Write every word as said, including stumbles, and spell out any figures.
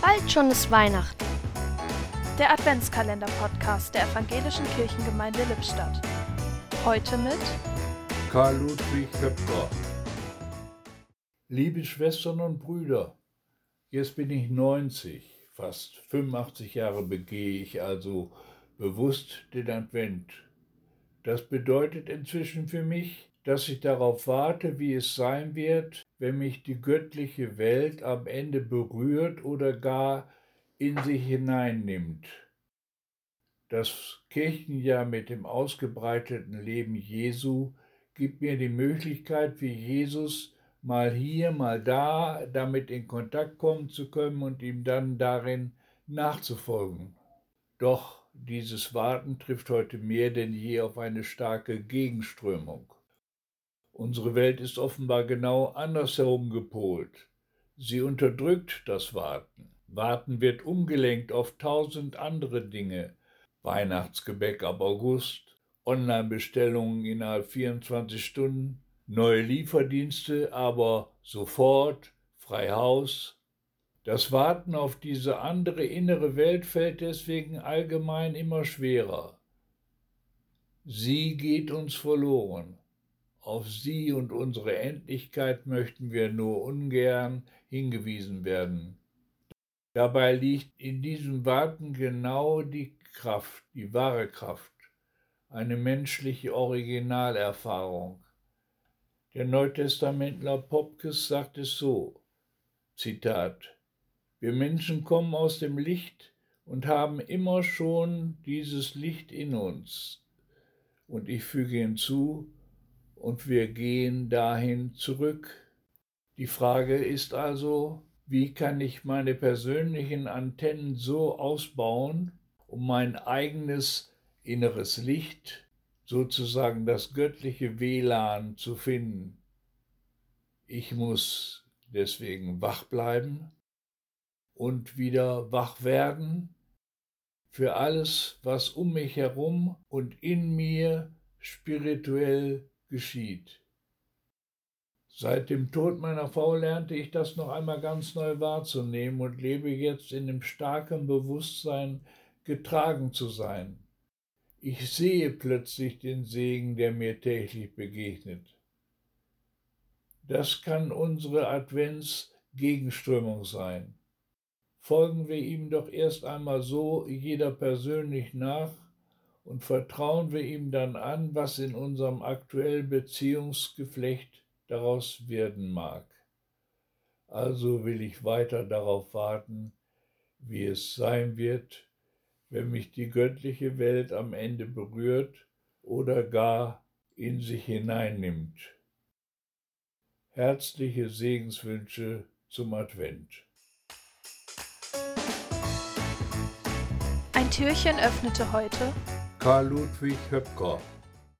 Bald schon ist Weihnachten. Der Adventskalender-Podcast der Evangelischen Kirchengemeinde Lippstadt. Heute mit Karl Ludwig Höpker. Liebe Schwestern und Brüder, jetzt bin ich neunzig, fast fünfundachtzig Jahre begehe ich also bewusst den Advent. Das bedeutet inzwischen für mich, dass ich darauf warte, wie es sein wird, wenn mich die göttliche Welt am Ende berührt oder gar in sich hineinnimmt. Das Kirchenjahr mit dem ausgebreiteten Leben Jesu gibt mir die Möglichkeit, wie Jesus mal hier, mal da, damit in Kontakt kommen zu können und ihm dann darin nachzufolgen. Doch dieses Warten trifft heute mehr denn je auf eine starke Gegenströmung. Unsere Welt ist offenbar genau andersherum gepolt. Sie unterdrückt das Warten. Warten wird umgelenkt auf tausend andere Dinge. Weihnachtsgebäck ab August, Online-Bestellungen innerhalb vierundzwanzig Stunden, neue Lieferdienste, aber sofort, frei Haus. Das Warten auf diese andere innere Welt fällt deswegen allgemein immer schwerer. Sie geht uns verloren. Auf sie und unsere Endlichkeit möchten wir nur ungern hingewiesen werden. Dabei liegt in diesem Warten genau die Kraft, die wahre Kraft, eine menschliche Originalerfahrung. Der Neutestamentler Popkes sagt es so, Zitat, wir Menschen kommen aus dem Licht und haben immer schon dieses Licht in uns. Und ich füge hinzu, und wir gehen dahin zurück. Die Frage ist also, wie kann ich meine persönlichen Antennen so ausbauen, um mein eigenes inneres Licht, sozusagen das göttliche W L A N, zu finden. Ich muss deswegen wach bleiben und wieder wach werden für alles, was um mich herum und in mir spirituell geschieht. Seit dem Tod meiner Frau lernte ich das noch einmal ganz neu wahrzunehmen und lebe jetzt in dem starken Bewusstsein, getragen zu sein. Ich sehe plötzlich den Segen, der mir täglich begegnet. Das kann unsere Adventsgegenströmung sein. Folgen wir ihm doch erst einmal so jeder persönlich nach und vertrauen wir ihm dann an, was in unserem aktuellen Beziehungsgeflecht daraus werden mag. Also will ich weiter darauf warten, wie es sein wird, wenn mich die göttliche Welt am Ende berührt oder gar in sich hineinnimmt. Herzliche Segenswünsche zum Advent. Ein Türchen öffnete heute Karl Ludwig Höpker.